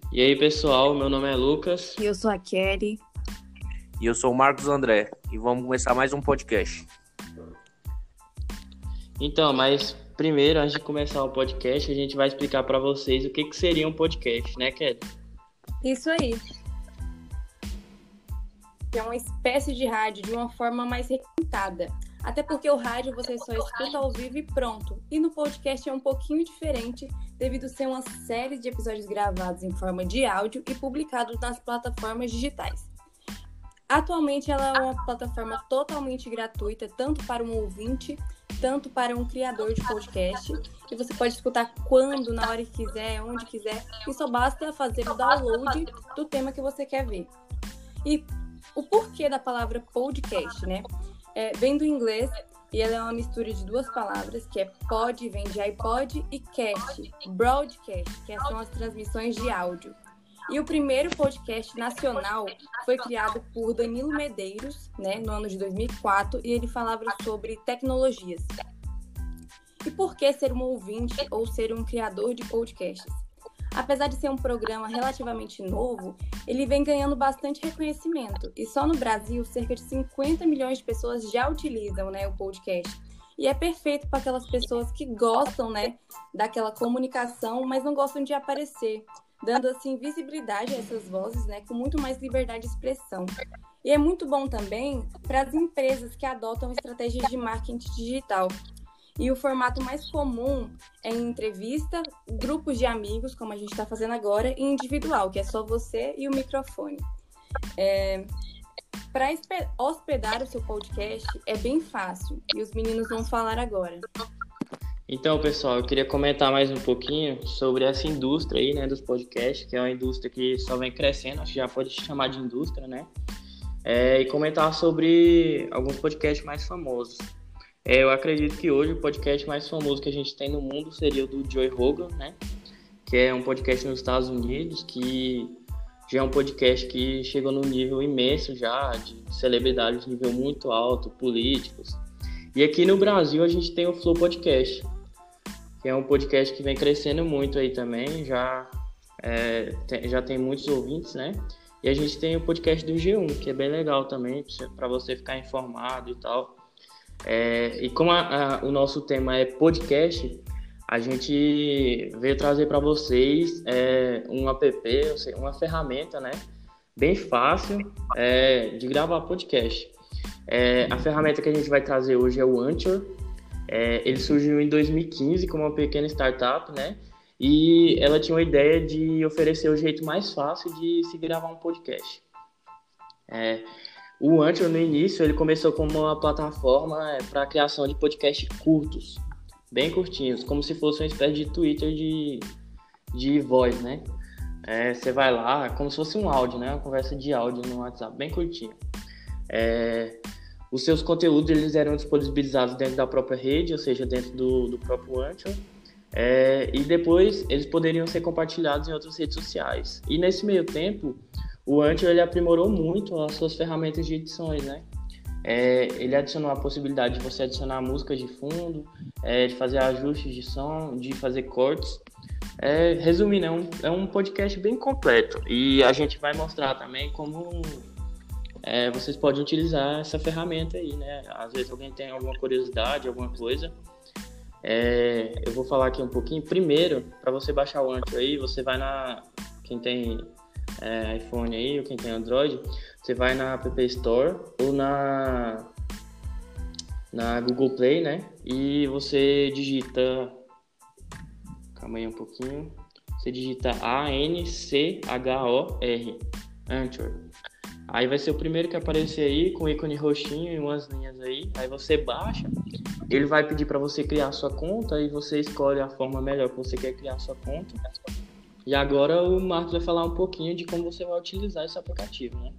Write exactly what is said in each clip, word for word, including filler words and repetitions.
E aí, pessoal, meu nome é Lucas. E eu sou a Kelly. E eu sou o Marcos André. E vamos começar mais um podcast. Então, mas primeiro, antes de começar o podcast, a gente vai explicar para vocês o que, que seria um podcast, né, Kelly? Isso aí. É uma espécie de rádio de uma forma mais requintada. Até porque o rádio você só escuta ao vivo e pronto. E no podcast é um pouquinho diferente, devido a ser uma série de episódios gravados em forma de áudio e publicados nas plataformas digitais. Atualmente ela é uma plataforma totalmente gratuita, tanto para um ouvinte, tanto para um criador de podcast. E você pode escutar quando, na hora que quiser, onde quiser. E só basta fazer o download do tema que você quer ver. E o porquê da palavra podcast, né? É, vem do inglês e ela é uma mistura de duas palavras, que é pod, vem de iPod, e cast, broadcast, que são as transmissões de áudio. E o primeiro podcast nacional foi criado por Danilo Medeiros, né, no ano de dois mil e quatro, e ele falava sobre tecnologias. E por que ser um ouvinte ou ser um criador de podcasts? Apesar de ser um programa relativamente novo, ele vem ganhando bastante reconhecimento. E só no Brasil, cerca de cinquenta milhões de pessoas já utilizam, né, o podcast. E é perfeito para aquelas pessoas que gostam, né, daquela comunicação, mas não gostam de aparecer, dando assim visibilidade a essas vozes, né, com muito mais liberdade de expressão. E é muito bom também para as empresas que adotam estratégias de marketing digital. E o formato mais comum é em entrevista, grupos de amigos, como a gente está fazendo agora, e individual, que é só você e o microfone. É... Para hospedar o seu podcast é bem fácil, e os meninos vão falar agora. Então, pessoal, eu queria comentar mais um pouquinho sobre essa indústria aí, né, dos podcasts, que é uma indústria que só vem crescendo, acho que já pode chamar de indústria, né? É, e comentar sobre alguns podcasts mais famosos. É, eu acredito que hoje o podcast mais famoso que a gente tem no mundo seria o do Joe Rogan, né? Que é um podcast nos Estados Unidos, que já é um podcast que chegou num nível imenso já, de celebridades de nível muito alto, políticos. E aqui no Brasil a gente tem o Flow Podcast, que é um podcast que vem crescendo muito aí também, já, é, tem, já tem muitos ouvintes, né? E a gente tem o podcast do G um, que é bem legal também, para você ficar informado e tal. É, e como a, a, o nosso tema é podcast, a gente veio trazer para vocês é, um app, ou seja, uma ferramenta, né, bem fácil é, de gravar podcast. É, a ferramenta que a gente vai trazer hoje é o Anchor. É, ele surgiu em dois mil e quinze como uma pequena startup, né, e ela tinha uma ideia de oferecer o jeito mais fácil de se gravar um podcast. É, O Anchor, no início, ele começou como uma plataforma para a criação de podcasts curtos, bem curtinhos, como se fosse uma espécie de Twitter de, de voz, né? É, você vai lá, como se fosse um áudio, né? Uma conversa de áudio no WhatsApp, bem curtinha. É, os seus conteúdos eles eram disponibilizados dentro da própria rede, ou seja, dentro do, do próprio Anchor. É, e depois eles poderiam ser compartilhados em outras redes sociais. E nesse meio tempo, o Anchor ele aprimorou muito as suas ferramentas de edições, né? É, ele adicionou a possibilidade de você adicionar músicas de fundo, é, de fazer ajustes de som, de fazer cortes. É, resumindo, é um, é um podcast bem completo. E a gente vai mostrar também como é, vocês podem utilizar essa ferramenta aí, né? Às vezes alguém tem alguma curiosidade, alguma coisa. É, eu vou falar aqui um pouquinho. Primeiro, para você baixar o Anchor aí, você vai na... Quem tem... É, iPhone aí, ou quem tem Android, você vai na App Store ou na, na Google Play, né? E você digita... Calma aí um pouquinho. Você digita A N C H O R, Anchor. Aí vai ser o primeiro que aparecer aí, com o ícone roxinho e umas linhas aí. Aí você baixa. Ele vai pedir para você criar a sua conta e você escolhe a forma melhor que você quer criar a sua conta. E agora o Marcos vai falar um pouquinho de como você vai utilizar esse aplicativo, né?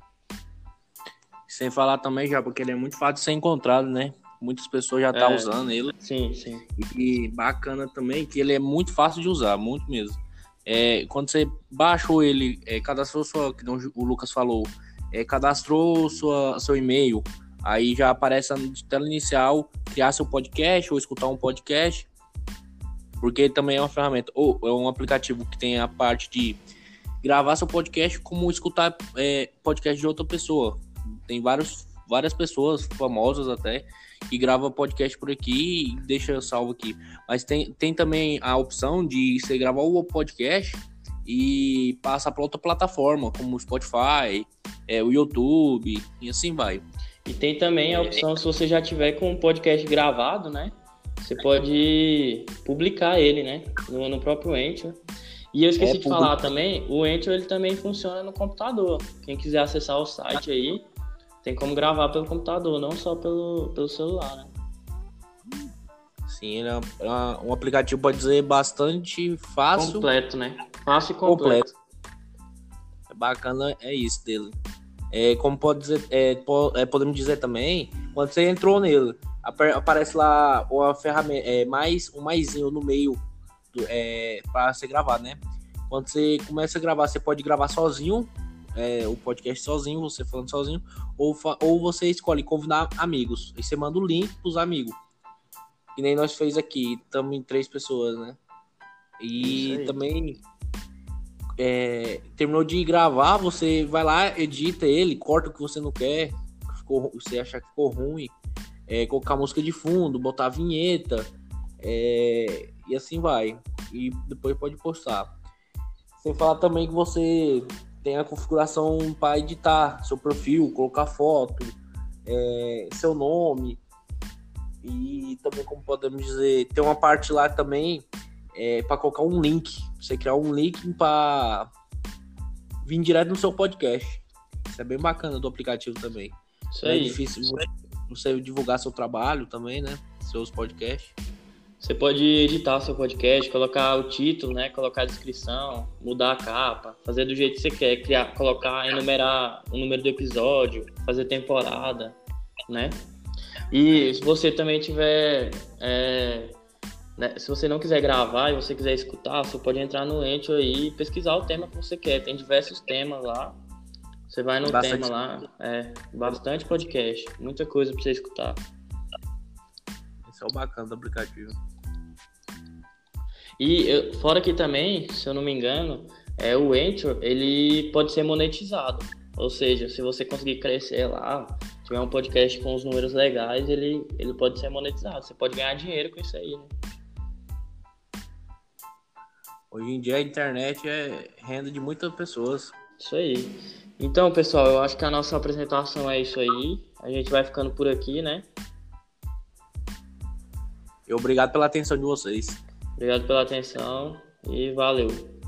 Sem falar também já, porque ele é muito fácil de ser encontrado, né? Muitas pessoas já estão É, usando ele. Sim, sim. E bacana também que ele é muito fácil de usar, muito mesmo. É, quando você baixou ele, é, cadastrou sua, que o Lucas falou, é, cadastrou sua, seu e-mail, aí já aparece na tela inicial, criar seu podcast ou escutar um podcast. Porque também é uma ferramenta, ou é um aplicativo que tem a parte de gravar seu podcast como escutar é, podcast de outra pessoa. Tem vários, várias pessoas famosas até que gravam podcast por aqui e deixa salvo aqui. Mas tem, tem também a opção de você gravar o podcast e passar para outra plataforma, como o Spotify, é, o YouTube, e assim vai. E tem também a opção, se você já tiver com o podcast gravado, né? Você pode publicar ele, né? No, no próprio Anchor. E eu esqueci é, de publica. falar também, o Anchor ele também funciona no computador. Quem quiser acessar o site aí, tem como gravar pelo computador, não só pelo, pelo celular, né? Sim, ele é um aplicativo, pode dizer, bastante fácil. Completo, né? Fácil e completo. completo. É bacana, é isso dele. É, como pode dizer, é, podemos dizer também, quando você entrou nele, aparece lá uma ferramenta, é, mais, um maisinho no meio do, é, para você gravar, né? Quando você começa a gravar, você pode gravar sozinho, é, o podcast sozinho, você falando sozinho, ou, ou você escolhe convidar amigos. Aí você manda o link pros amigos. Que nem nós fez aqui, estamos em três pessoas, né? E também é, terminou de gravar, você vai lá, edita ele, corta o que você não quer, ficou, você achar que ficou ruim, é, colocar música de fundo, botar a vinheta, é, e assim vai. E depois pode postar. Sem falar também que você tem a configuração para editar seu perfil, colocar foto, é, seu nome. E também, como podemos dizer, tem uma parte lá também é, para colocar um link. Você criar um link para vir direto no seu podcast. Isso é bem bacana do aplicativo também. Isso aí. É difícil você divulgar seu trabalho também, né? Seus podcasts. Você pode editar seu podcast, colocar o título, né? Colocar a descrição, mudar a capa, fazer do jeito que você quer, criar, colocar, enumerar o número do episódio, fazer temporada, né? E se você também tiver, é, né, se você não quiser gravar e você quiser escutar, você pode entrar no Anchor aí e pesquisar o tema que você quer. Tem diversos temas lá. Você vai no bastante tema lá, é, bastante podcast, muita coisa pra você escutar. Esse é o bacana do aplicativo. E eu, fora que também, se eu não me engano, é, o Anchor, ele pode ser monetizado. Ou seja, se você conseguir crescer lá, tiver um podcast com os números legais, ele, ele pode ser monetizado. Você pode ganhar dinheiro com isso aí, né? Hoje em dia a internet é renda de muitas pessoas. Isso aí. Então, pessoal, eu acho que a nossa apresentação é isso aí. A gente vai ficando por aqui, né? E obrigado pela atenção de vocês. Obrigado pela atenção e valeu.